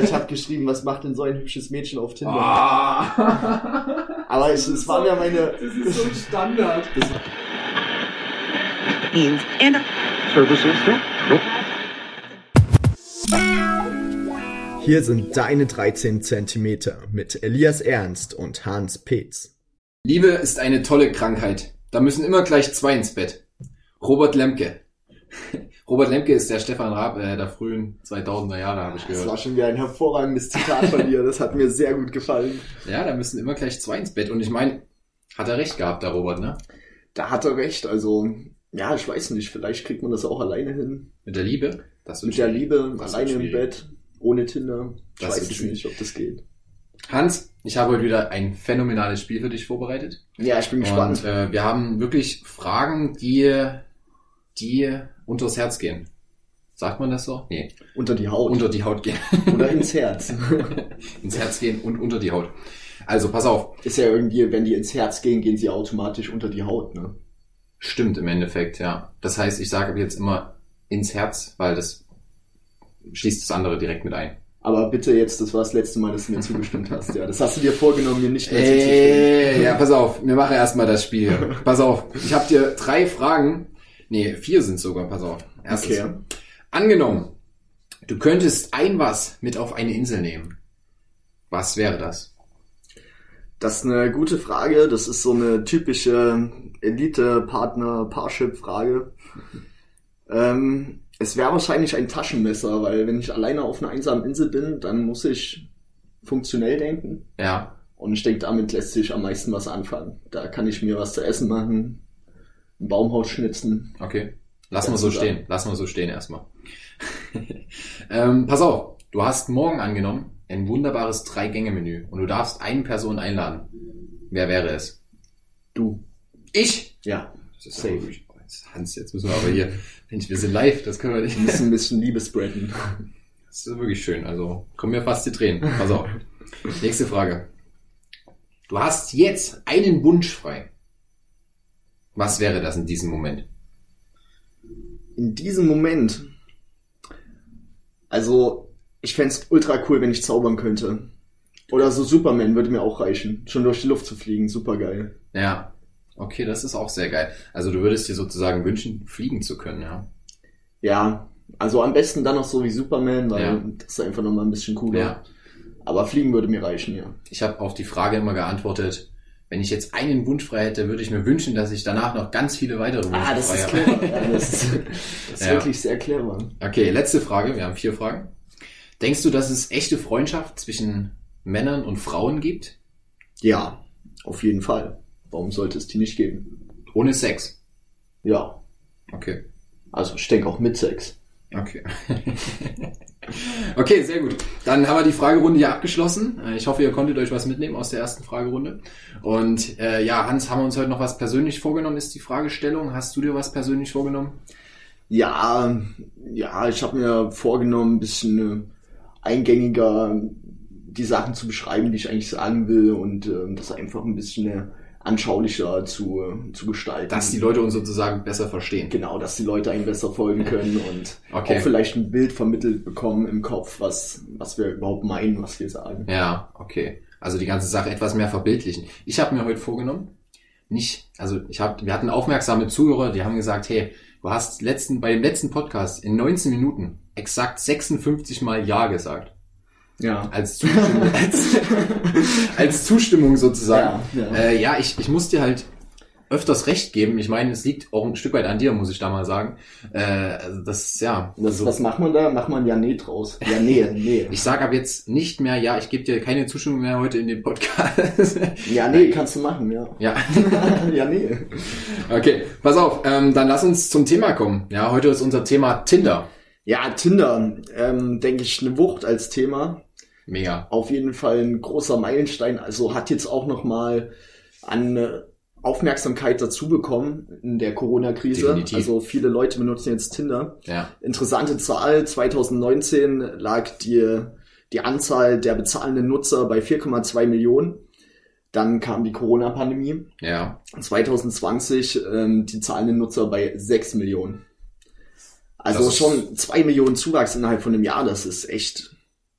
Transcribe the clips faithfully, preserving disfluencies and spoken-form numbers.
ich habe geschrieben, was macht denn so ein hübsches Mädchen auf Tinder? Oh. Aber es, es waren ja meine... Das ist so ein Standard. Das Hier sind deine dreizehn Zentimeter mit Elias Ernst und Hans Peetz. Liebe ist eine tolle Krankheit. Da müssen immer gleich zwei ins Bett. Robert Lemke. Robert Lemke ist der Stefan Raab äh, der frühen zweitausender Jahre, habe ich gehört. Das war schon wieder ein hervorragendes Zitat von dir. Das hat mir sehr gut gefallen. Ja, da müssen immer gleich zwei ins Bett. Und ich meine, hat er recht gehabt, der Robert, ne? Da hat er recht. Also, ja, ich weiß nicht. Vielleicht kriegt man das auch alleine hin. Mit der Liebe? Das Mit der Liebe, alleine im Bett, ohne Tinder. Ich das weiß es nicht, ob das geht. Hans, ich habe heute wieder ein phänomenales Spiel für dich vorbereitet. Ja, ich bin gespannt. Und äh, wir haben wirklich Fragen, die, die unters Herz gehen. Sagt man das so? Nee. Unter die Haut. Unter die Haut gehen. Oder ins Herz. Ins Herz gehen und unter die Haut. Also, pass auf. Ist ja irgendwie, wenn die ins Herz gehen, gehen sie automatisch unter die Haut, ne? Stimmt im Endeffekt, ja. Das heißt, ich sage jetzt immer ins Herz, weil das schließt das andere direkt mit ein. Aber bitte jetzt, das war das letzte Mal, dass du mir zugestimmt hast. Ja, das hast du dir vorgenommen, mir nicht mehr äh, zuzustimmen. Ja, pass auf, wir machen erstmal das Spiel. Pass auf, ich habe dir drei Fragen, nee, vier sind sogar, pass auf. Erstens, okay. Angenommen, du könntest ein was mit auf eine Insel nehmen. Was wäre das? Das ist eine gute Frage. Das ist so eine typische Elite-Partner-Parship-Frage. Ähm, es wäre wahrscheinlich ein Taschenmesser, weil wenn ich alleine auf einer einsamen Insel bin, dann muss ich funktionell denken. Ja. Und ich denke, damit lässt sich am meisten was anfangen. Da kann ich mir was zu essen machen, ein Baumhaus schnitzen. Okay. Lass mal so stehen. Lass mal so stehen erstmal. ähm, pass auf. Du hast morgen angenommen ein wunderbares Drei-Gänge-Menü und du darfst eine Person einladen. Wer wäre es? Du. Ich? Ja. Das ist safe. Oh, jetzt, Hans, jetzt müssen wir aber hier, Mensch, wir sind live, das können wir nicht. Wir müssen ein bisschen Liebe spreaden. Das ist wirklich schön, also kommen mir fast die Tränen. Pass auf. Nächste Frage. Du hast jetzt einen Wunsch frei. Was wäre das in diesem Moment? In diesem Moment? Also, ich fände es ultra cool, wenn ich zaubern könnte. Oder so Superman würde mir auch reichen. Schon durch die Luft zu fliegen, super geil. Ja, okay, das ist auch sehr geil. Also du würdest dir sozusagen wünschen, fliegen zu können, ja? Ja, also am besten dann noch so wie Superman, weil ja. das ist einfach nochmal ein bisschen cooler. Ja. Aber fliegen würde mir reichen, ja. Ich habe auf die Frage immer geantwortet, wenn ich jetzt einen Wunsch frei hätte, würde ich mir wünschen, dass ich danach noch ganz viele weitere Wünsche ah, das frei ist habe. clever. Ja, das ist, das ist ja. wirklich sehr clever. Okay, letzte Frage. Wir haben vier Fragen. Denkst du, dass es echte Freundschaft zwischen Männern und Frauen gibt? Ja, auf jeden Fall. Warum sollte es die nicht geben? Ohne Sex? Ja. Okay. Also ich denke auch mit Sex. Okay. Okay, sehr gut. Dann haben wir die Fragerunde hier abgeschlossen. Ich hoffe, ihr konntet euch was mitnehmen aus der ersten Fragerunde. Und äh, ja, Hans, haben wir uns heute noch was persönlich vorgenommen, ist die Fragestellung. Hast du dir was persönlich vorgenommen? Ja, ja, ich habe mir vorgenommen, ein bisschen eingängiger die Sachen zu beschreiben, die ich eigentlich sagen will und äh, das einfach ein bisschen äh, anschaulicher zu, äh, zu gestalten. Dass die Leute uns sozusagen besser verstehen. Genau, dass die Leute einen besser folgen können und okay. auch vielleicht ein Bild vermittelt bekommen im Kopf, was, was wir überhaupt meinen, was wir sagen. Ja, okay. Also die ganze Sache etwas mehr verbildlichen. Ich habe mir heute vorgenommen, nicht, also ich habe, wir hatten aufmerksame Zuhörer, die haben gesagt, hey, du hast letzten, bei dem letzten Podcast in neunzehn Minuten exakt sechsundfünfzig Mal Ja gesagt. Ja. Als Zustimmung, als, als Zustimmung sozusagen. Ja, ja. Äh, ja ich, ich muss dir halt öfters recht geben. Ich meine, es liegt auch ein Stück weit an dir, muss ich da mal sagen. Äh, also das, ja. Was, also, was macht man da? Macht man ja nee draus. Ja, nee, nee. Ich sage ab jetzt nicht mehr, ja, ich gebe dir keine Zustimmung mehr heute in den Podcast. Ja, nee, kannst du machen, ja. Ja. Ja, nee. Okay, pass auf, ähm, dann lass uns zum Thema kommen. Ja, heute ist unser Thema Tinder. Ja, Tinder, ähm, denke ich, eine Wucht als Thema. Mega. Auf jeden Fall ein großer Meilenstein. Also hat jetzt auch nochmal an äh, Aufmerksamkeit dazu bekommen in der Corona-Krise. Definitiv. Also viele Leute benutzen jetzt Tinder. Ja. Interessante Zahl, zwanzig neunzehn lag die, die Anzahl der bezahlenden Nutzer bei vier Komma zwei Millionen. Dann kam die Corona-Pandemie. Ja. zwanzig zwanzig ähm, die zahlenden Nutzer bei sechs Millionen. Also das schon zwei Millionen Zuwachs innerhalb von einem Jahr, das ist echt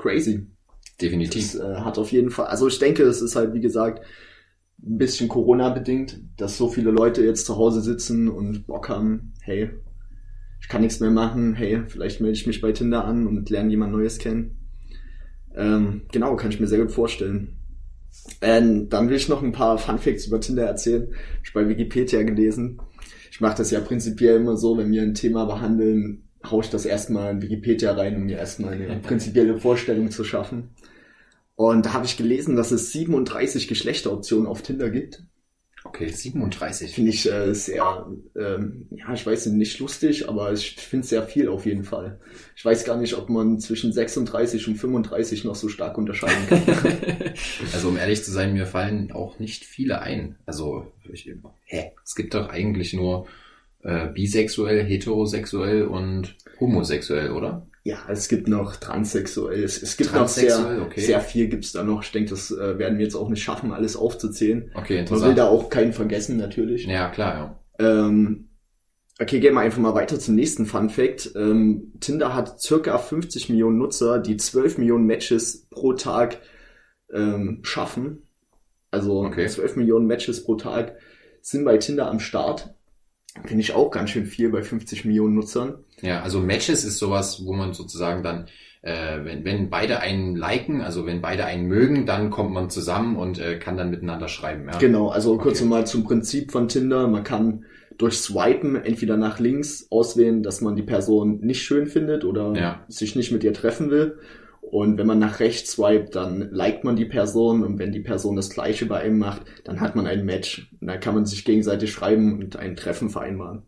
crazy. Definitiv. Das äh, hat auf jeden Fall, also ich denke, es ist halt, wie gesagt, ein bisschen Corona-bedingt, dass so viele Leute jetzt zu Hause sitzen und Bock haben, hey, ich kann nichts mehr machen, hey, vielleicht melde ich mich bei Tinder an und lerne jemand Neues kennen. Ähm, genau, kann ich mir sehr gut vorstellen. Ähm, dann will ich noch ein paar Funfacts über Tinder erzählen. Ich habe bei Wikipedia gelesen. Ich mache das ja prinzipiell immer so, wenn wir ein Thema behandeln, haue ich das erstmal in Wikipedia rein, um mir erstmal eine prinzipielle Vorstellung zu schaffen. Und da habe ich gelesen, dass es siebenunddreißig Geschlechteroptionen auf Tinder gibt. Okay, siebenunddreißig. Finde ich äh, sehr, ähm, ja, ich weiß nicht, lustig, aber ich finde es sehr viel auf jeden Fall. Ich weiß gar nicht, ob man zwischen sechsunddreißig und fünfunddreißig noch so stark unterscheiden kann. Also um ehrlich zu sein, mir fallen auch nicht viele ein. Also, ich, hä, es gibt doch eigentlich nur äh, bisexuell, heterosexuell und homosexuell, oder? Ja, es gibt noch transsexuell. Es, es gibt Transsexuell, noch sehr, okay. sehr viel gibt's da noch. Ich denke, das äh, werden wir jetzt auch nicht schaffen, alles aufzuzählen. Okay, Man will interessant. da auch keinen vergessen, natürlich. Ja, klar, ja. Ähm, okay, gehen wir einfach mal weiter zum nächsten Fun Fact. Ähm, Tinder hat circa fünfzig Millionen Nutzer, die zwölf Millionen Matches pro Tag ähm, schaffen. Also Okay. zwölf Millionen Matches pro Tag sind bei Tinder am Start. Finde ich auch ganz schön viel bei fünfzig Millionen Nutzern. Ja, also Matches ist sowas, wo man sozusagen dann, äh, wenn, wenn beide einen liken, also wenn beide einen mögen, dann kommt man zusammen und äh, kann dann miteinander schreiben. Ja? Genau, also kurz Okay. nochmal zum Prinzip von Tinder. Man kann durch Swipen entweder nach links auswählen, dass man die Person nicht schön findet oder Ja. sich nicht mit ihr treffen will. Und wenn man nach rechts swipet, dann liked man die Person. Und wenn die Person das Gleiche bei einem macht, dann hat man ein Match. Und dann kann man sich gegenseitig schreiben und ein Treffen vereinbaren.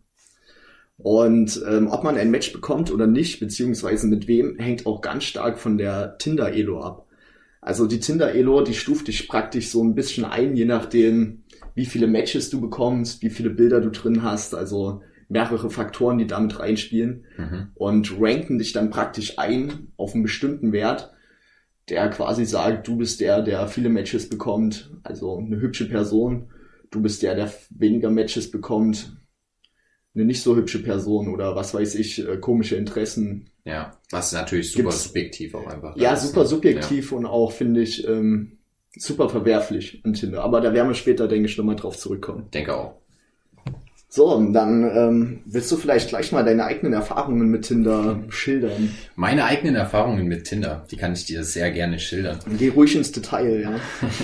Und ähm, ob man ein Match bekommt oder nicht, beziehungsweise mit wem, hängt auch ganz stark von der Tinder-Elo ab. Also die Tinder-Elo, die stuft dich praktisch so ein bisschen ein, je nachdem, wie viele Matches du bekommst, wie viele Bilder du drin hast, also mehrere Faktoren, die damit reinspielen Mhm. und ranken dich dann praktisch ein auf einen bestimmten Wert, der quasi sagt, du bist der, der viele Matches bekommt, also eine hübsche Person, du bist der, der weniger Matches bekommt, eine nicht so hübsche Person oder was weiß ich, äh, komische Interessen. Ja, was natürlich super Gibt's- subjektiv auch einfach Ja, ist, super ne? subjektiv und auch, finde ich, ähm, super verwerflich an Tinder. Aber da werden wir später, denke ich, nochmal drauf zurückkommen. Ja, denke auch. So, und dann ähm, willst du vielleicht gleich mal deine eigenen Erfahrungen mit Tinder schildern. Meine eigenen Erfahrungen mit Tinder, die kann ich dir sehr gerne schildern. Geh ruhig ins Detail, ja.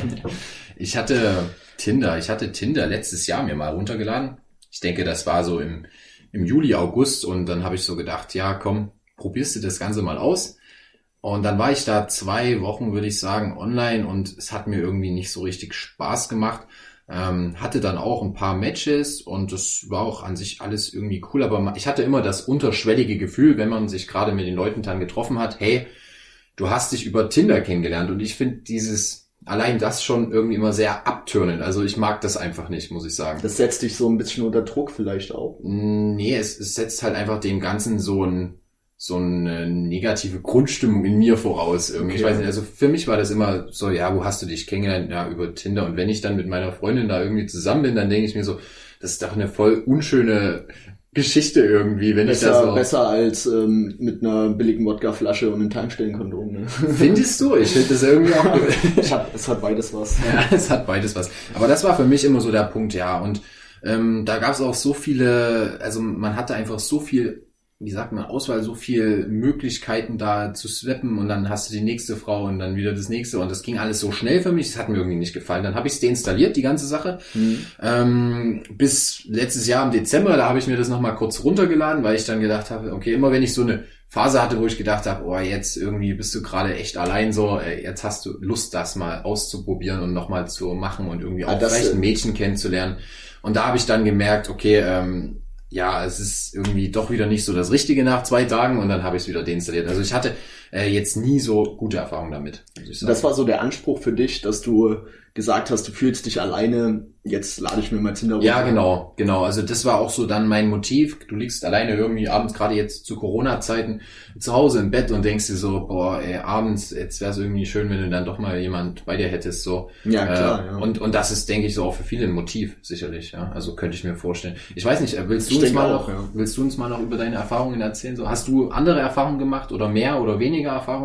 Ich hatte Tinder, ich hatte Tinder letztes Jahr mir mal runtergeladen. Ich denke, das war so im, im Juli, August und dann habe ich so gedacht, ja komm, probierst du das Ganze mal aus. Und dann war ich da zwei Wochen, würde ich sagen, online und es hat mir irgendwie nicht so richtig Spaß gemacht. Ähm, hatte dann auch ein paar Matches und das war auch an sich alles irgendwie cool, aber ich hatte immer das unterschwellige Gefühl, wenn man sich gerade mit den Leuten dann getroffen hat, hey, du hast dich über Tinder kennengelernt und ich finde dieses, allein das schon irgendwie immer sehr abturnend, also ich mag das einfach nicht, muss ich sagen. Das setzt dich so ein bisschen unter Druck vielleicht auch. Nee, es, es setzt halt einfach dem Ganzen so ein so eine negative Grundstimmung in mir voraus irgendwie. Okay. Ich weiß nicht, also für mich war das immer so, ja, wo hast du dich kennengelernt? Ja, über Tinder. Und wenn ich dann mit meiner Freundin da irgendwie zusammen bin, dann denke ich mir so, das ist doch eine voll unschöne Geschichte irgendwie, wenn ich Besser, das so... besser als ähm, mit einer billigen Wodkaflasche und einem Tankstellenkondom. Ne? Findest du? Ich finde das irgendwie auch... Ich hab, es hat beides was. Ja, es hat beides was. Aber das war für mich immer so der Punkt, ja. Und ähm, da gab es auch so viele, also man hatte einfach so viel, wie sagt man, Auswahl, so viel Möglichkeiten da zu swappen und dann hast du die nächste Frau und dann wieder das nächste und das ging alles so schnell für mich, das hat mir irgendwie nicht gefallen. Dann habe ich es deinstalliert, die ganze Sache. Mhm. Ähm, bis letztes Jahr im Dezember, da habe ich mir das nochmal kurz runtergeladen, weil ich dann gedacht habe, okay, immer wenn ich so eine Phase hatte, wo ich gedacht habe, oh, jetzt irgendwie bist du gerade echt allein so, äh, jetzt hast du Lust, das mal auszuprobieren und nochmal zu machen und irgendwie auch Ah, das, vielleicht ein äh, Mädchen kennenzulernen. Und da habe ich dann gemerkt, okay, ähm, ja, es ist irgendwie doch wieder nicht so das Richtige nach zwei Tagen und dann habe ich es wieder deinstalliert. Also ich hatte äh, jetzt nie so gute Erfahrungen damit, muss ich sagen. Das war so der Anspruch für dich, dass du gesagt hast, du fühlst dich alleine, jetzt lade ich mir mal Tinder runter. Ja, genau, genau. Also das war auch so dann mein Motiv. Du liegst alleine irgendwie abends, gerade jetzt zu Corona-Zeiten, zu Hause im Bett und denkst dir so, boah, ey, abends, jetzt wäre es irgendwie schön, wenn du dann doch mal jemand bei dir hättest, so. Ja, klar, äh, ja. Und, und das ist, denke ich, so auch für viele ein Motiv, sicherlich, ja. Also könnte ich mir vorstellen. Ich weiß nicht, äh, willst du Ich uns denke mal auch, noch, ja. willst du uns mal noch über deine Erfahrungen erzählen? So, hast du andere Erfahrungen gemacht oder mehr oder weniger Erfahrungen?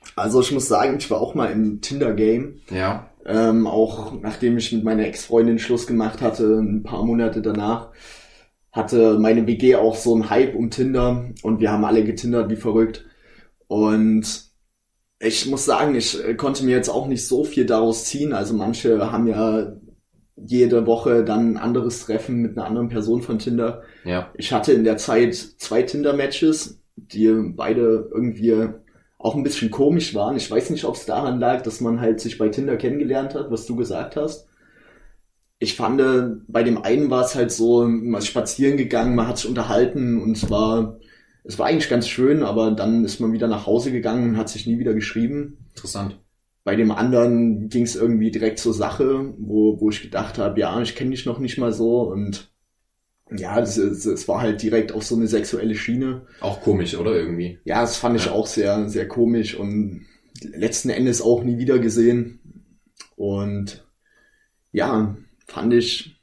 Also ich muss sagen, ich war auch mal im Tinder-Game. Ja. Ähm, auch nachdem ich mit meiner Ex-Freundin Schluss gemacht hatte, ein paar Monate danach, hatte meine W G auch so einen Hype um Tinder und wir haben alle getindert wie verrückt. Und ich muss sagen, ich konnte mir jetzt auch nicht so viel daraus ziehen. Also manche haben ja jede Woche dann ein anderes Treffen mit einer anderen Person von Tinder. Ja. Ich hatte in der Zeit zwei Tinder-Matches, die beide irgendwie auch ein bisschen komisch waren. Ich weiß nicht, ob es daran lag, dass man halt sich bei Tinder kennengelernt hat, was du gesagt hast. Ich fand, bei dem einen war es halt so, man ist spazieren gegangen, man hat sich unterhalten und es war, es war eigentlich ganz schön, aber dann ist man wieder nach Hause gegangen und hat sich nie wieder geschrieben. Interessant. Bei dem anderen ging es irgendwie direkt zur Sache, wo, wo ich gedacht habe, ja, ich kenne dich noch nicht mal so und ja, es, es, es war halt direkt auf so eine sexuelle Schiene. Auch komisch, oder irgendwie? Ja, das fand ich ja. auch sehr, sehr komisch und letzten Endes auch nie wieder gesehen. Und ja, fand ich,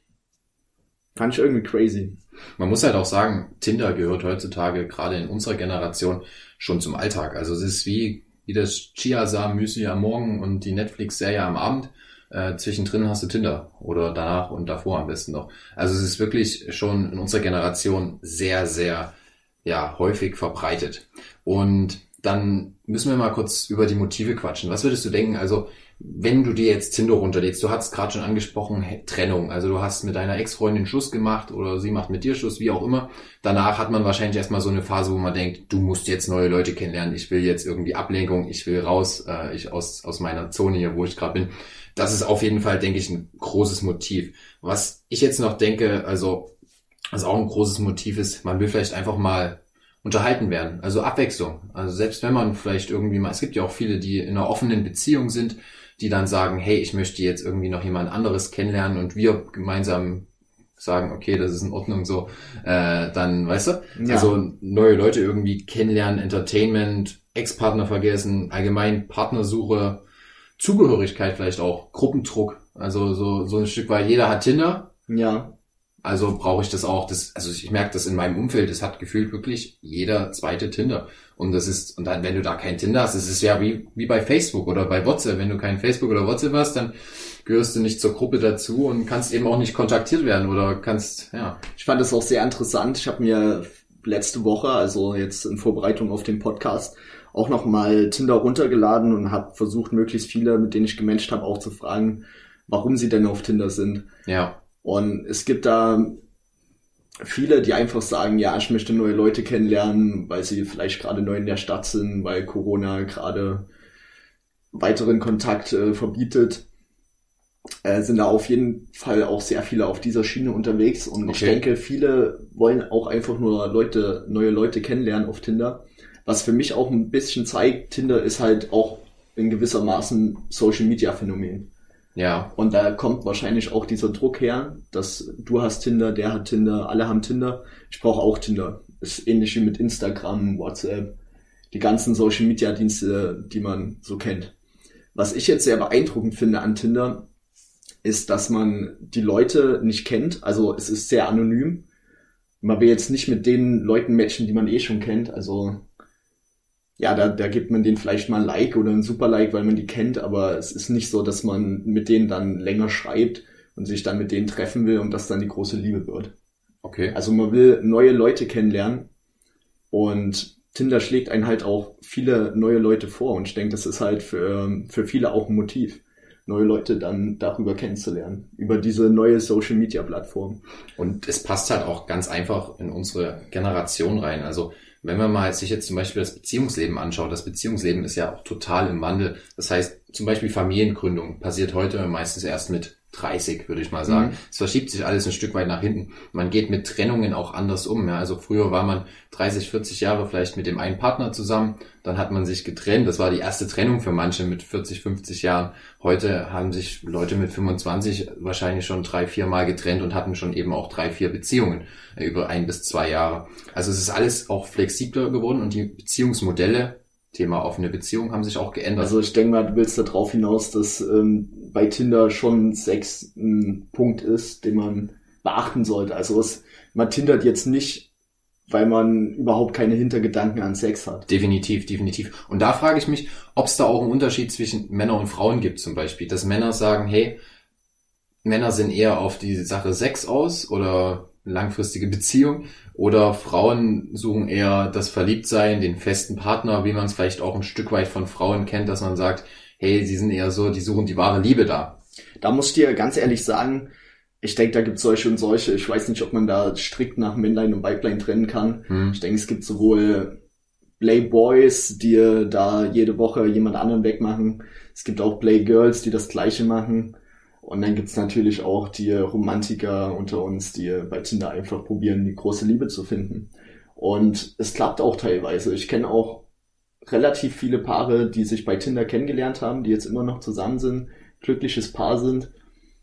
fand ich irgendwie crazy. Man muss halt auch sagen, Tinder gehört heutzutage gerade in unserer Generation schon zum Alltag. Also es ist wie, wie das Chiasamen-Müsli am Morgen und die Netflix-Serie am Abend. Äh, zwischendrin hast du Tinder oder danach und davor am besten noch. Also es ist wirklich schon in unserer Generation sehr, sehr ja häufig verbreitet. Und dann müssen wir mal kurz über die Motive quatschen. Was würdest du denken, also wenn du dir jetzt Tinder runterlädst, du hast gerade schon angesprochen, Trennung, also du hast mit deiner Ex-Freundin Schluss gemacht oder sie macht mit dir Schluss, wie auch immer. Danach hat man wahrscheinlich erstmal so eine Phase, wo man denkt, du musst jetzt neue Leute kennenlernen, ich will jetzt irgendwie Ablenkung, ich will raus, äh, ich aus aus meiner Zone hier, wo ich gerade bin. Das ist auf jeden Fall, denke ich, ein großes Motiv. Was ich jetzt noch denke, also was auch ein großes Motiv ist, man will vielleicht einfach mal unterhalten werden, also Abwechslung. Also selbst wenn man vielleicht irgendwie mal, es gibt ja auch viele, die in einer offenen Beziehung sind, die dann sagen, hey, ich möchte jetzt irgendwie noch jemand anderes kennenlernen und wir gemeinsam sagen, okay, das ist in Ordnung so, äh, dann, weißt du, ja. Also neue Leute irgendwie kennenlernen, Entertainment, Ex-Partner vergessen, allgemein Partnersuche, Zugehörigkeit vielleicht auch, Gruppendruck, also so so ein Stück weit, jeder hat Tinder. Ja. Also brauche ich das auch, das, also ich merke das in meinem Umfeld, das hat gefühlt wirklich jeder zweite Tinder. Und das ist, und dann, wenn du da kein Tinder hast, das ist ja wie, wie bei Facebook oder bei WhatsApp. Wenn du kein Facebook oder WhatsApp hast, dann gehörst du nicht zur Gruppe dazu und kannst eben auch nicht kontaktiert werden oder kannst, ja. Ich fand das auch sehr interessant. Ich habe mir letzte Woche, also jetzt in Vorbereitung auf den Podcast, auch nochmal Tinder runtergeladen und habe versucht, möglichst viele, mit denen ich gematcht habe, auch zu fragen, warum sie denn auf Tinder sind. Ja. Und es gibt da viele, die einfach sagen, ja, ich möchte neue Leute kennenlernen, weil sie vielleicht gerade neu in der Stadt sind, weil Corona gerade weiteren Kontakt äh, verbietet. Äh, sind da auf jeden Fall auch sehr viele auf dieser Schiene unterwegs. Und okay. Ich denke, viele wollen auch einfach nur Leute, neue Leute kennenlernen auf Tinder. Was für mich auch ein bisschen zeigt, Tinder ist halt auch in gewissermaßen Social-Media-Phänomen. Ja. Und da kommt wahrscheinlich auch dieser Druck her, dass du hast Tinder, der hat Tinder, alle haben Tinder. Ich brauche auch Tinder. Ist ähnlich wie mit Instagram, WhatsApp, die ganzen Social-Media-Dienste, die man so kennt. Was ich jetzt sehr beeindruckend finde an Tinder, ist, dass man die Leute nicht kennt. Also es ist sehr anonym. Man will jetzt nicht mit den Leuten matchen, die man eh schon kennt. Also ja, da, da gibt man denen vielleicht mal ein Like oder ein Super-Like, weil man die kennt, aber es ist nicht so, dass man mit denen dann länger schreibt und sich dann mit denen treffen will und das dann die große Liebe wird. Okay. Also man will neue Leute kennenlernen und Tinder schlägt einen halt auch viele neue Leute vor und ich denke, das ist halt für, für viele auch ein Motiv, neue Leute dann darüber kennenzulernen, über diese neue Social-Media-Plattform. Und es passt halt auch ganz einfach in unsere Generation rein, also wenn man mal sich jetzt zum Beispiel das Beziehungsleben anschaut, das Beziehungsleben ist ja auch total im Wandel. Das heißt, zum Beispiel Familiengründung passiert heute meistens erst mit dreißig, würde ich mal sagen. Mhm. Es verschiebt sich alles ein Stück weit nach hinten. Man geht mit Trennungen auch anders um. Ja. Also früher war man dreißig, vierzig Jahre vielleicht mit dem einen Partner zusammen, dann hat man sich getrennt. Das war die erste Trennung für manche mit vierzig, fünfzig Jahren. Heute haben sich Leute mit fünfundzwanzig wahrscheinlich schon drei, vier Mal getrennt und hatten schon eben auch drei, vier Beziehungen über ein bis zwei Jahre. Also es ist alles auch flexibler geworden und die Beziehungsmodelle, Thema offene Beziehung, haben sich auch geändert. Also ich denke mal, du willst darauf hinaus, dass ähm, bei Tinder schon Sex ein Punkt ist, den man beachten sollte. Also es, man tindert jetzt nicht weil man überhaupt keine Hintergedanken an Sex hat. Definitiv, definitiv. Und da frage ich mich, ob es da auch einen Unterschied zwischen Männern und Frauen gibt zum Beispiel. Dass Männer sagen, hey, Männer sind eher auf die Sache Sex aus oder langfristige Beziehung oder Frauen suchen eher das Verliebtsein, den festen Partner, wie man es vielleicht auch ein Stück weit von Frauen kennt, dass man sagt, hey, sie sind eher so, die suchen die wahre Liebe da. Da muss ich dir ganz ehrlich sagen, ich denke, da gibt es solche und solche. Ich weiß nicht, ob man da strikt nach Männlein und Weiblein trennen kann. Hm. Ich denke, es gibt sowohl Playboys, die da jede Woche jemand anderen wegmachen. Es gibt auch Playgirls, die das Gleiche machen. Und dann gibt's natürlich auch die Romantiker unter uns, die bei Tinder einfach probieren, die große Liebe zu finden. Und es klappt auch teilweise. Ich kenne auch relativ viele Paare, die sich bei Tinder kennengelernt haben, die jetzt immer noch zusammen sind, glückliches Paar sind.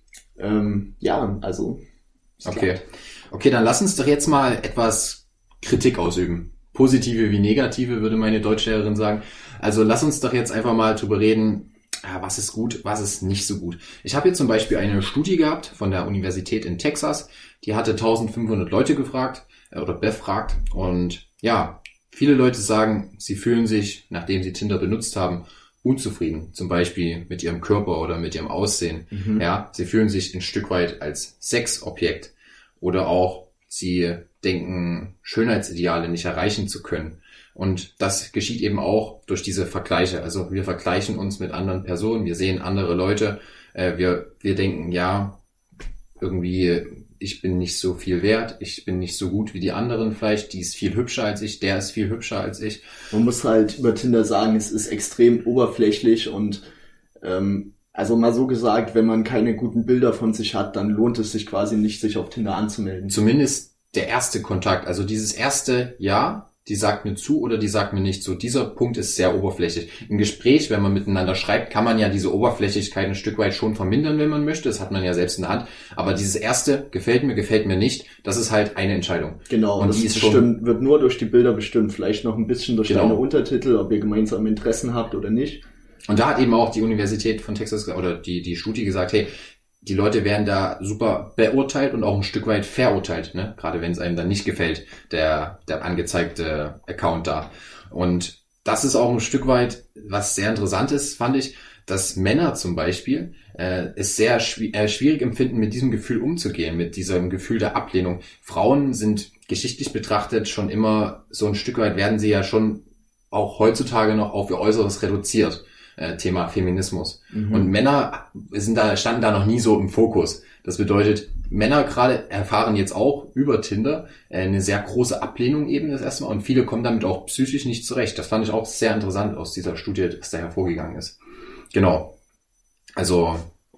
Ähm, ja, also. Okay. Okay, dann lass uns doch jetzt mal etwas Kritik ausüben. Positive wie negative, würde meine Deutschlehrerin sagen. Also lass uns doch jetzt einfach mal drüber reden, ja, was ist gut, was ist nicht so gut. Ich habe hier zum Beispiel eine Studie gehabt von der Universität in Texas. Die hatte eintausendfünfhundert Leute gefragt äh, oder befragt. Und ja, viele Leute sagen, sie fühlen sich, nachdem sie Tinder benutzt haben, unzufrieden, zum Beispiel mit ihrem Körper oder mit ihrem Aussehen. Mhm. Ja, sie fühlen sich ein Stück weit als Sexobjekt oder auch sie denken, Schönheitsideale nicht erreichen zu können. Und das geschieht eben auch durch diese Vergleiche. Also wir vergleichen uns mit anderen Personen, wir sehen andere Leute, äh, wir wir denken, ja, irgendwie ich bin nicht so viel wert, ich bin nicht so gut wie die anderen vielleicht, die ist viel hübscher als ich, der ist viel hübscher als ich. Man muss halt über Tinder sagen, es ist extrem oberflächlich und ähm, also mal so gesagt, wenn man keine guten Bilder von sich hat, dann lohnt es sich quasi nicht, sich auf Tinder anzumelden. Zumindest der erste Kontakt, also dieses erste Ja, die sagt mir zu oder die sagt mir nicht zu. Dieser Punkt ist sehr oberflächlich. Im Gespräch, wenn man miteinander schreibt, kann man ja diese Oberflächlichkeit ein Stück weit schon vermindern, wenn man möchte. Das hat man ja selbst in der Hand. Aber dieses erste, gefällt mir, gefällt mir nicht, das ist halt eine Entscheidung. Genau, und das die ist bestimmt, schon, wird nur durch die Bilder bestimmt. Vielleicht noch ein bisschen durch genau. deine Untertitel, ob ihr gemeinsame Interessen habt oder nicht. Und da hat eben auch die Universität von Texas oder die, die Studie gesagt, hey, die Leute werden da super beurteilt und auch ein Stück weit verurteilt, ne? Gerade wenn es einem dann nicht gefällt, der der angezeigte Account da. Und das ist auch ein Stück weit, was sehr interessant ist, fand ich, dass Männer zum Beispiel äh, es sehr schwi- äh, schwierig empfinden, mit diesem Gefühl umzugehen, mit diesem Gefühl der Ablehnung. Frauen sind geschichtlich betrachtet schon immer, so ein Stück weit werden sie ja schon auch heutzutage noch auf ihr Äußeres reduziert. Thema Feminismus. Mhm. Und Männer sind da, standen da noch nie so im Fokus. Das bedeutet, Männer gerade erfahren jetzt auch über Tinder eine sehr große Ablehnung eben das erste Mal und viele kommen damit auch psychisch nicht zurecht. Das fand ich auch sehr interessant aus dieser Studie, was da hervorgegangen ist. Genau. Also.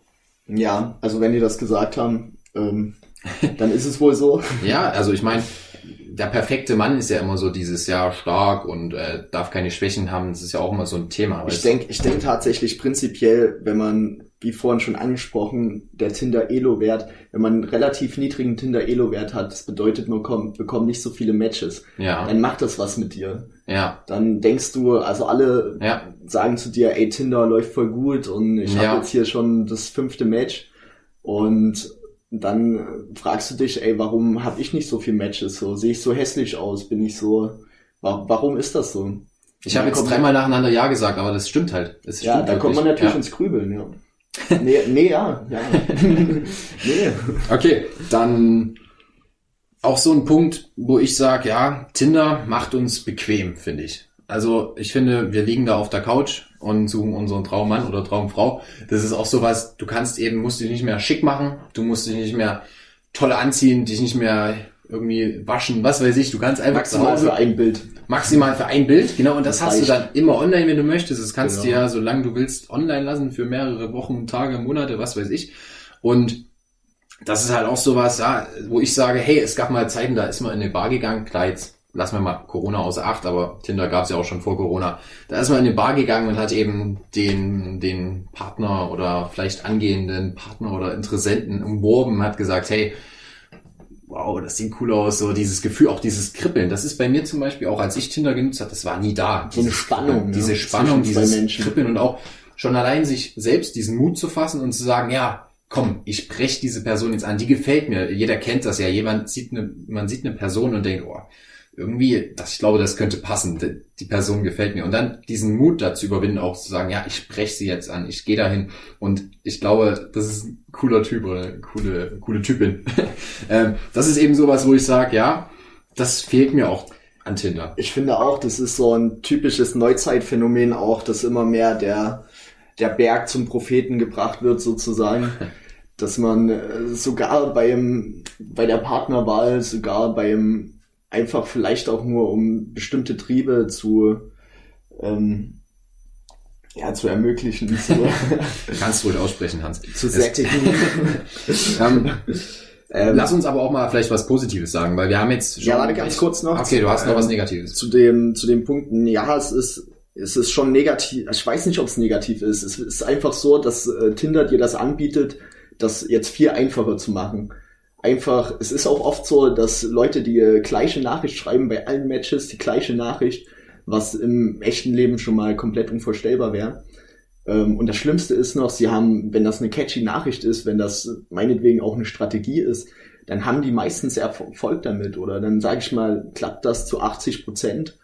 Ja, also wenn die das gesagt haben, ähm, dann ist es wohl so. Ja, also ich meine, der perfekte Mann ist ja immer so dieses Jahr stark und äh, darf keine Schwächen haben. Das ist ja auch immer so ein Thema. Ich denke ich denk tatsächlich prinzipiell, wenn man, wie vorhin schon angesprochen, der Tinder-Elo-Wert, wenn man einen relativ niedrigen Tinder-Elo-Wert hat, das bedeutet, man kommt, bekommt nicht so viele Matches. Ja. Dann macht das was mit dir. Ja. Dann denkst du, also alle ja. sagen zu dir, ey, Tinder läuft voll gut und ich ja. habe jetzt hier schon das fünfte Match und dann fragst du dich, ey, warum habe ich nicht so viele Matches? So sehe ich so hässlich aus? Bin ich so? Warum ist das so? Ich habe jetzt dreimal nacheinander Ja gesagt, aber das stimmt halt. Das ja, stimmt da kommt man natürlich ja. ins Grübeln. Ja. Nee, nee, ja, ja. nee. Okay, dann auch so ein Punkt, wo ich sage, ja, Tinder macht uns bequem, finde ich. Also ich finde, wir liegen da auf der Couch und suchen unseren Traummann oder Traumfrau. Das ist auch sowas, du kannst eben, musst dich nicht mehr schick machen, du musst dich nicht mehr toll anziehen, dich nicht mehr irgendwie waschen, was weiß ich. Du kannst einfach maximal für ein Bild. Maximal für ein Bild, genau. Und das, das hast reicht. Du dann immer online, wenn du möchtest. Das kannst genau. du ja, solange du willst, online lassen für mehrere Wochen, Tage, Monate, was weiß ich. Und das ist halt auch sowas, ja, wo ich sage, hey, es gab mal Zeiten, da ist man in eine Bar gegangen, klar, jetzt lassen wir mal Corona außer Acht, aber Tinder gab es ja auch schon vor Corona. Da ist man in eine Bar gegangen und hat eben den den Partner oder vielleicht angehenden Partner oder Interessenten umworben, hat gesagt, hey, wow, das sieht cool aus, so dieses Gefühl, auch dieses Kribbeln. Das ist bei mir zum Beispiel auch, als ich Tinder genutzt habe, das war nie da. So eine Spannung. Diese ja, Spannung, dieses Kribbeln und auch schon allein sich selbst diesen Mut zu fassen und zu sagen, ja, komm, ich spreche diese Person jetzt an, die gefällt mir. Jeder kennt das ja. Jemand sieht eine, man sieht eine Person und denkt, oh, irgendwie, dass ich glaube, das könnte passen, die Person gefällt mir. Und dann diesen Mut dazu überwinden, auch zu sagen, ja, ich spreche sie jetzt an, ich gehe dahin. Und ich glaube, das ist ein cooler Typ oder eine coole, coole Typin. ähm, das ist eben sowas, wo ich sage, ja, das fehlt mir auch an Tinder. Ich finde auch, das ist so ein typisches Neuzeitphänomen auch, dass immer mehr der, der Berg zum Propheten gebracht wird sozusagen. Dass man äh, sogar beim, bei der Partnerwahl, sogar beim einfach vielleicht auch nur um bestimmte Triebe zu, ähm, ja, zu ermöglichen. Zu, Kannst du ruhig aussprechen, Hans. Zu sättigen. ähm, ähm, Lass uns aber auch mal vielleicht was Positives sagen, weil wir haben jetzt schon... Ja, warte ganz kurz noch. Okay, du hast noch ähm, was Negatives. Zu dem, zu den Punkten, ja, es ist, es ist schon negativ. Ich weiß nicht, ob es negativ ist. Es ist einfach so, dass äh, Tinder dir das anbietet, das jetzt viel einfacher zu machen. Einfach, es ist auch oft so, dass Leute die äh, gleiche Nachricht schreiben bei allen Matches, die gleiche Nachricht, was im echten Leben schon mal komplett unvorstellbar wäre. Ähm, und das Schlimmste ist noch, sie haben, wenn das eine catchy Nachricht ist, wenn das meinetwegen auch eine Strategie ist, dann haben die meistens Erfolg damit. Oder dann, sage ich mal, klappt das zu achtzig Prozent.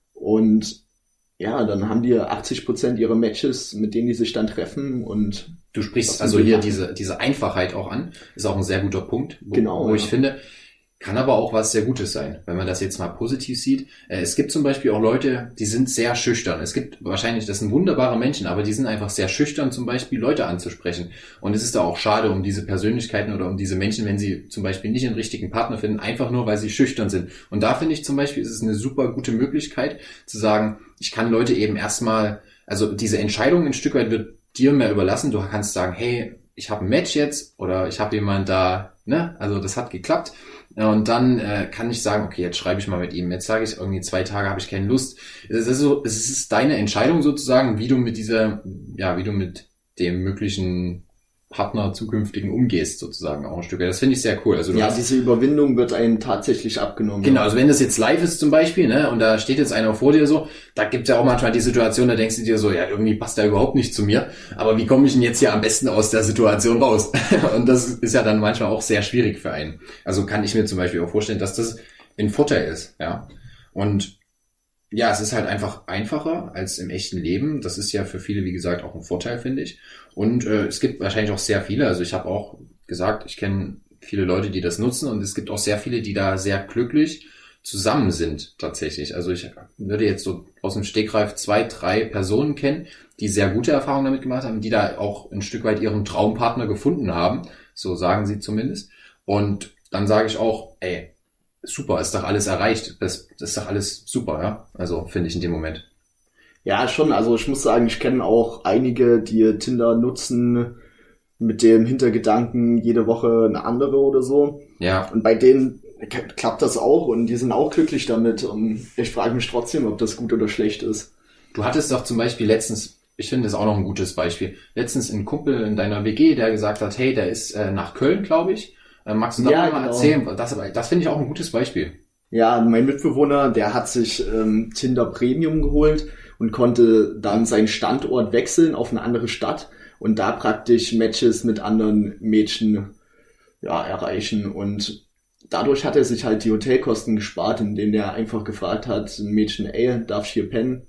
Und ja, dann haben die achtzig Prozent ihrer Matches, mit denen die sich dann treffen. Und du sprichst also hier diese diese Einfachheit auch an, ist auch ein sehr guter Punkt, wo, genau, wo ja. ich finde, kann aber auch was sehr Gutes sein, wenn man das jetzt mal positiv sieht. Es gibt zum Beispiel auch Leute, die sind sehr schüchtern. Es gibt wahrscheinlich, das sind wunderbare Menschen, aber die sind einfach sehr schüchtern, zum Beispiel Leute anzusprechen. Und es ist da auch schade um diese Persönlichkeiten oder um diese Menschen, wenn sie zum Beispiel nicht einen richtigen Partner finden, einfach nur, weil sie schüchtern sind. Und da finde ich zum Beispiel, ist es eine super gute Möglichkeit zu sagen, ich kann Leute eben erstmal, also diese Entscheidung ein Stück weit wird dir mehr überlassen. Du kannst sagen, hey, ich habe ein Match jetzt oder ich habe jemand da, ne, also das hat geklappt. Und dann äh, kann ich sagen, okay, jetzt schreibe ich mal mit ihm. Jetzt sage ich, irgendwie zwei Tage habe ich keine Lust. Es ist so, es ist deine Entscheidung sozusagen, wie du mit dieser, ja, wie du mit dem möglichen Partner zukünftigen umgehst sozusagen auch ein Stück. Das finde ich sehr cool. Also du ja, hast, diese Überwindung wird einem tatsächlich abgenommen. Genau, also wenn das jetzt live ist zum Beispiel, ne, und da steht jetzt einer vor dir so, da gibt's ja auch manchmal die Situation, da denkst du dir so, ja, irgendwie passt der überhaupt nicht zu mir, aber wie komme ich denn jetzt hier am besten aus der Situation raus? Und das ist ja dann manchmal auch sehr schwierig für einen. Also kann ich mir zum Beispiel auch vorstellen, dass das ein Vorteil ist, ja. Und ja, es ist halt einfach einfacher als im echten Leben. Das ist ja für viele, wie gesagt, auch ein Vorteil, finde ich. Und äh, es gibt wahrscheinlich auch sehr viele, also ich habe auch gesagt, ich kenne viele Leute, die das nutzen und es gibt auch sehr viele, die da sehr glücklich zusammen sind tatsächlich. Also ich würde jetzt so aus dem Stegreif zwei, drei Personen kennen, die sehr gute Erfahrungen damit gemacht haben, die da auch ein Stück weit ihren Traumpartner gefunden haben, so sagen sie zumindest. Und dann sage ich auch, ey, super, ist doch alles erreicht. Das, das ist doch alles super, ja. Also finde ich in dem Moment. Ja, schon. Also ich muss sagen, ich kenne auch einige, die Tinder nutzen mit dem Hintergedanken, jede Woche eine andere oder so. Ja. Und bei denen klappt das auch und die sind auch glücklich damit. Und ich frage mich trotzdem, ob das gut oder schlecht ist. Du hattest doch zum Beispiel letztens, ich finde das auch noch ein gutes Beispiel, letztens einen Kumpel in deiner W G, der gesagt hat, hey, der ist äh, nach Köln, glaube ich. Magst du da ja, mal genau. erzählen? Das, das finde ich auch ein gutes Beispiel. Ja, mein Mitbewohner, der hat sich ähm, Tinder Premium geholt und konnte dann seinen Standort wechseln auf eine andere Stadt und da praktisch Matches mit anderen Mädchen ja, erreichen. Und dadurch hat er sich halt die Hotelkosten gespart, indem er einfach gefragt hat, ein Mädchen, ey, darf ich hier pennen?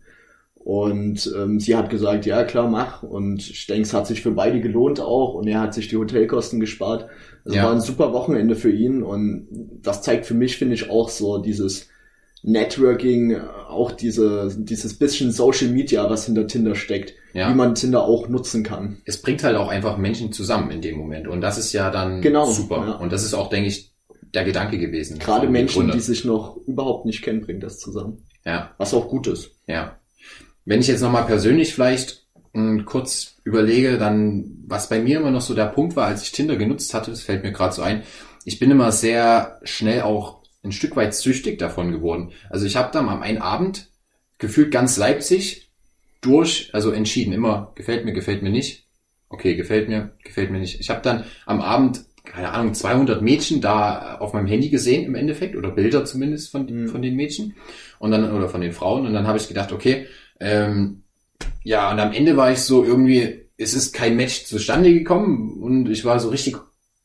Und ähm, sie hat gesagt, ja klar, mach. Und ich denke, es hat sich für beide gelohnt auch. Und er hat sich die Hotelkosten gespart. Es ja. war ein super Wochenende für ihn. Und das zeigt für mich, finde ich, auch so dieses Networking, auch diese dieses bisschen Social Media, was hinter Tinder steckt. Ja. Wie man Tinder auch nutzen kann. Es bringt halt auch einfach Menschen zusammen in dem Moment. Und das ist ja dann genau, super. Ja. Und das ist auch, denke ich, der Gedanke gewesen. Gerade Menschen, die sich noch überhaupt nicht kennen, bringt das zusammen. Ja. Was auch gut ist. Ja. Wenn ich jetzt nochmal persönlich vielleicht mh, kurz überlege, dann, was bei mir immer noch so der Punkt war, als ich Tinder genutzt hatte, das fällt mir gerade so ein, ich bin immer sehr schnell auch ein Stück weit süchtig davon geworden. Also ich habe dann am einen Abend gefühlt ganz Leipzig durch, also entschieden, immer gefällt mir, gefällt mir nicht, okay, gefällt mir, gefällt mir nicht. Ich habe dann am Abend, keine Ahnung, zweihundert Mädchen da auf meinem Handy gesehen im Endeffekt, oder Bilder zumindest von, mhm. von den Mädchen und dann oder von den Frauen und dann habe ich gedacht, okay, Ähm, ja, und am Ende war ich so irgendwie, es ist kein Match zustande gekommen und ich war so richtig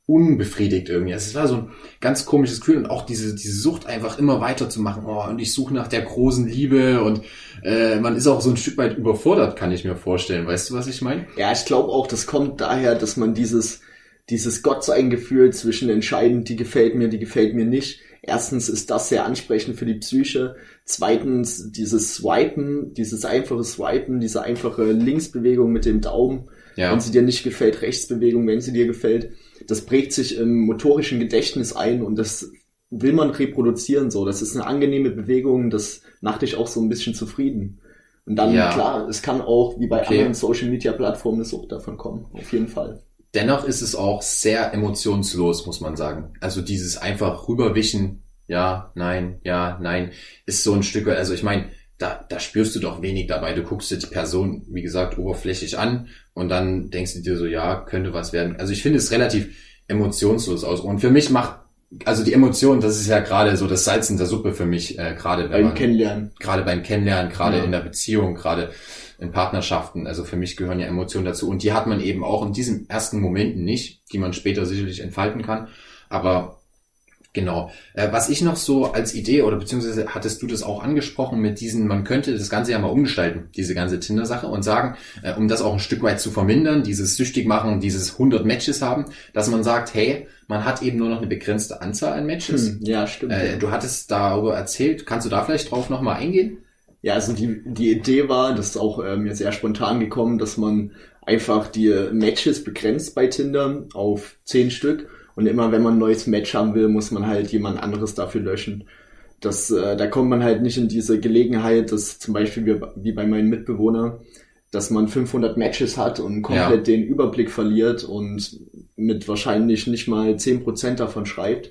unbefriedigt irgendwie. Also es war so ein ganz komisches Gefühl und auch diese diese Sucht einfach immer weiter zu machen. Oh, und ich suche nach der großen Liebe und äh, man ist auch so ein Stück weit überfordert, kann ich mir vorstellen. Weißt du, was ich meine? Ja, ich glaube auch, das kommt daher, dass man dieses dieses Gottsein-Gefühl zwischen entscheiden, die gefällt mir, die gefällt mir nicht. Erstens ist das sehr ansprechend für die Psyche. Zweitens dieses Swipen, dieses einfache Swipen, diese einfache Linksbewegung mit dem Daumen. Ja. Wenn sie dir nicht gefällt, Rechtsbewegung, wenn sie dir gefällt. Das prägt sich im motorischen Gedächtnis ein und das will man reproduzieren so. Das ist eine angenehme Bewegung, das macht dich auch so ein bisschen zufrieden. Und dann, ja. klar, es kann auch, wie bei okay. anderen Social-Media-Plattformen, eine Sucht davon kommen. Auf jeden Fall. Dennoch ist es auch sehr emotionslos, muss man sagen. Also dieses einfach rüberwischen, ja, nein, ja, nein, ist so ein Stück weit, also ich meine, da, da spürst du doch wenig dabei. Du guckst dir die Person, wie gesagt, oberflächlich an und dann denkst du dir so, ja, könnte was werden. Also ich finde es relativ emotionslos aus. Und für mich macht, also die Emotion, das ist ja gerade so das Salz in der Suppe für mich, äh, gerade beim Kennenlernen. Gerade beim Kennenlernen, gerade ja. in der Beziehung, gerade in Partnerschaften. Also für mich gehören ja Emotionen dazu. Und die hat man eben auch in diesen ersten Momenten nicht, die man später sicherlich entfalten kann. Aber genau. Äh, was ich noch so als Idee, oder beziehungsweise hattest du das auch angesprochen mit diesen, man könnte das Ganze ja mal umgestalten, diese ganze Tinder-Sache und sagen, äh, um das auch ein Stück weit zu vermindern, dieses süchtig machen, dieses hundert Matches haben, dass man sagt, hey, man hat eben nur noch eine begrenzte Anzahl an Matches. Hm, ja, stimmt. Äh, du hattest darüber erzählt, kannst du da vielleicht drauf nochmal eingehen? Ja, also die, die Idee war, das ist auch äh, mir sehr spontan gekommen, dass man einfach die Matches begrenzt bei Tinder auf zehn Stück. Und immer wenn man ein neues Match haben will, muss man halt jemand anderes dafür löschen. Das, äh, da kommt man halt nicht in diese Gelegenheit, dass zum Beispiel wie, wie bei meinem Mitbewohner, dass man fünfhundert Matches hat und komplett ja. den Überblick verliert und mit wahrscheinlich nicht mal zehn Prozent davon schreibt,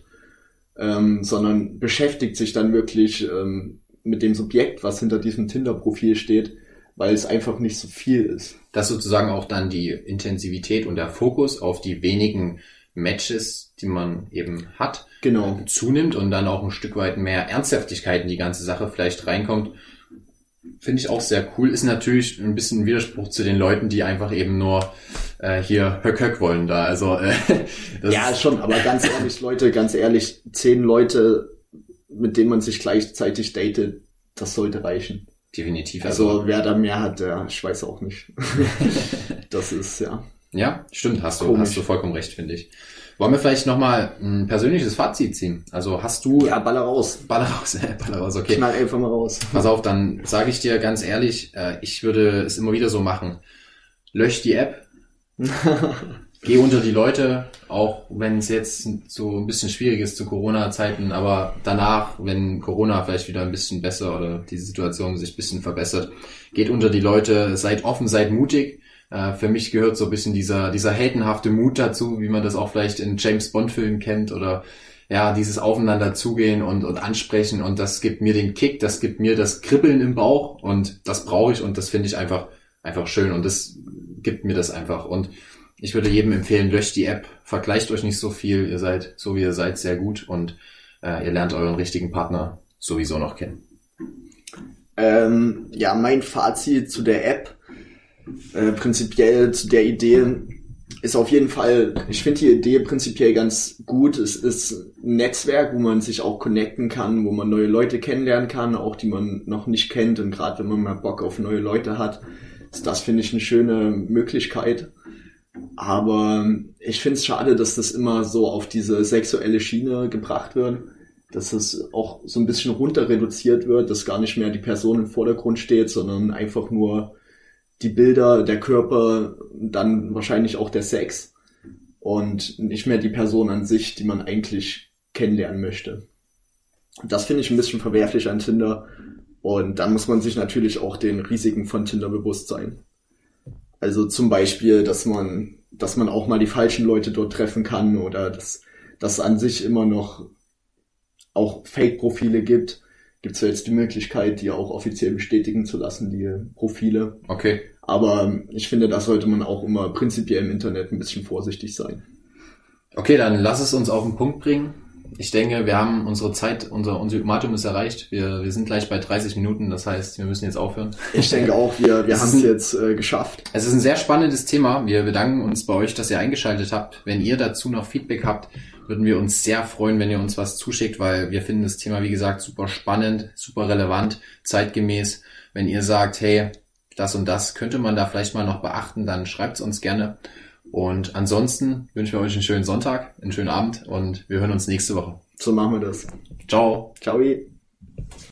ähm, sondern beschäftigt sich dann wirklich ähm, mit dem Subjekt, was hinter diesem Tinder-Profil steht, weil es einfach nicht so viel ist. Dass sozusagen auch dann die Intensivität und der Fokus auf die wenigen Matches, die man eben hat, genau. äh, zunimmt und dann auch ein Stück weit mehr Ernsthaftigkeit in die ganze Sache vielleicht reinkommt. Finde ich auch sehr cool. Ist natürlich ein bisschen ein Widerspruch zu den Leuten, die einfach eben nur äh, hier Höck Höck wollen da. Also äh, das ja, schon, aber ganz ehrlich, Leute, ganz ehrlich, zehn Leute, mit denen man sich gleichzeitig datet, das sollte reichen. Definitiv. Also, also wer da mehr hat, der, ich weiß auch nicht. Das ist, ja. Ja, stimmt, hast du, hast du vollkommen recht, finde ich. Wollen wir vielleicht nochmal ein persönliches Fazit ziehen? Also hast du... Ja, baller raus. Baller raus, baller raus, okay. Knall einfach mal raus. Pass auf, dann sage ich dir ganz ehrlich, ich würde es immer wieder so machen. Lösch die App. Geh unter die Leute, auch wenn es jetzt so ein bisschen schwierig ist zu Corona-Zeiten, aber danach, wenn Corona vielleicht wieder ein bisschen besser oder die Situation sich ein bisschen verbessert, geht unter die Leute, seid offen, seid mutig. Für mich gehört so ein bisschen dieser dieser heldenhafte Mut dazu, wie man das auch vielleicht in James-Bond-Filmen kennt oder ja, dieses Aufeinander zugehen und und ansprechen und das gibt mir den Kick, das gibt mir das Kribbeln im Bauch und das brauche ich und das finde ich einfach einfach schön und das gibt mir das einfach und ich würde jedem empfehlen, löscht die App, vergleicht euch nicht so viel, ihr seid so wie ihr seid sehr gut und äh, ihr lernt euren richtigen Partner sowieso noch kennen. Ähm, ja, mein Fazit zu der App Äh, prinzipiell zu der Idee ist auf jeden Fall, ich finde die Idee prinzipiell ganz gut. Es ist ein Netzwerk, wo man sich auch connecten kann, wo man neue Leute kennenlernen kann, auch die man noch nicht kennt. Und gerade wenn man mal Bock auf neue Leute hat, ist das, finde ich, eine schöne Möglichkeit. Aber ich finde es schade, dass das immer so auf diese sexuelle Schiene gebracht wird, dass es auch so ein bisschen runter reduziert wird, dass gar nicht mehr die Person im Vordergrund steht, sondern einfach nur die Bilder, der Körper, dann wahrscheinlich auch der Sex und nicht mehr die Person an sich, die man eigentlich kennenlernen möchte. Das finde ich ein bisschen verwerflich an Tinder und dann muss man sich natürlich auch den Risiken von Tinder bewusst sein. Also zum Beispiel, dass man, dass man auch mal die falschen Leute dort treffen kann oder dass dass an sich immer noch auch Fake-Profile gibt. Gibt es ja jetzt die Möglichkeit, die auch offiziell bestätigen zu lassen, die Profile. Okay. Aber ich finde, da sollte man auch immer prinzipiell im Internet ein bisschen vorsichtig sein. Okay, dann lass es uns auf den Punkt bringen. ich denke, wir haben unsere Zeit, unser, unser Ultimatum ist erreicht. Wir, wir sind gleich bei dreißig Minuten, das heißt, wir müssen jetzt aufhören. Ich denke auch, wir, wir haben es jetzt äh, geschafft. Es ist ein sehr spannendes Thema. Wir bedanken uns bei euch, dass ihr eingeschaltet habt. Wenn ihr dazu noch Feedback habt, würden wir uns sehr freuen, wenn ihr uns was zuschickt, weil wir finden das Thema, wie gesagt, super spannend, super relevant, zeitgemäß. Wenn ihr sagt, hey, das und das könnte man da vielleicht mal noch beachten, dann schreibt es uns gerne. Und ansonsten wünschen wir euch einen schönen Sonntag, einen schönen Abend und wir hören uns nächste Woche. So machen wir das. Ciao. Ciao.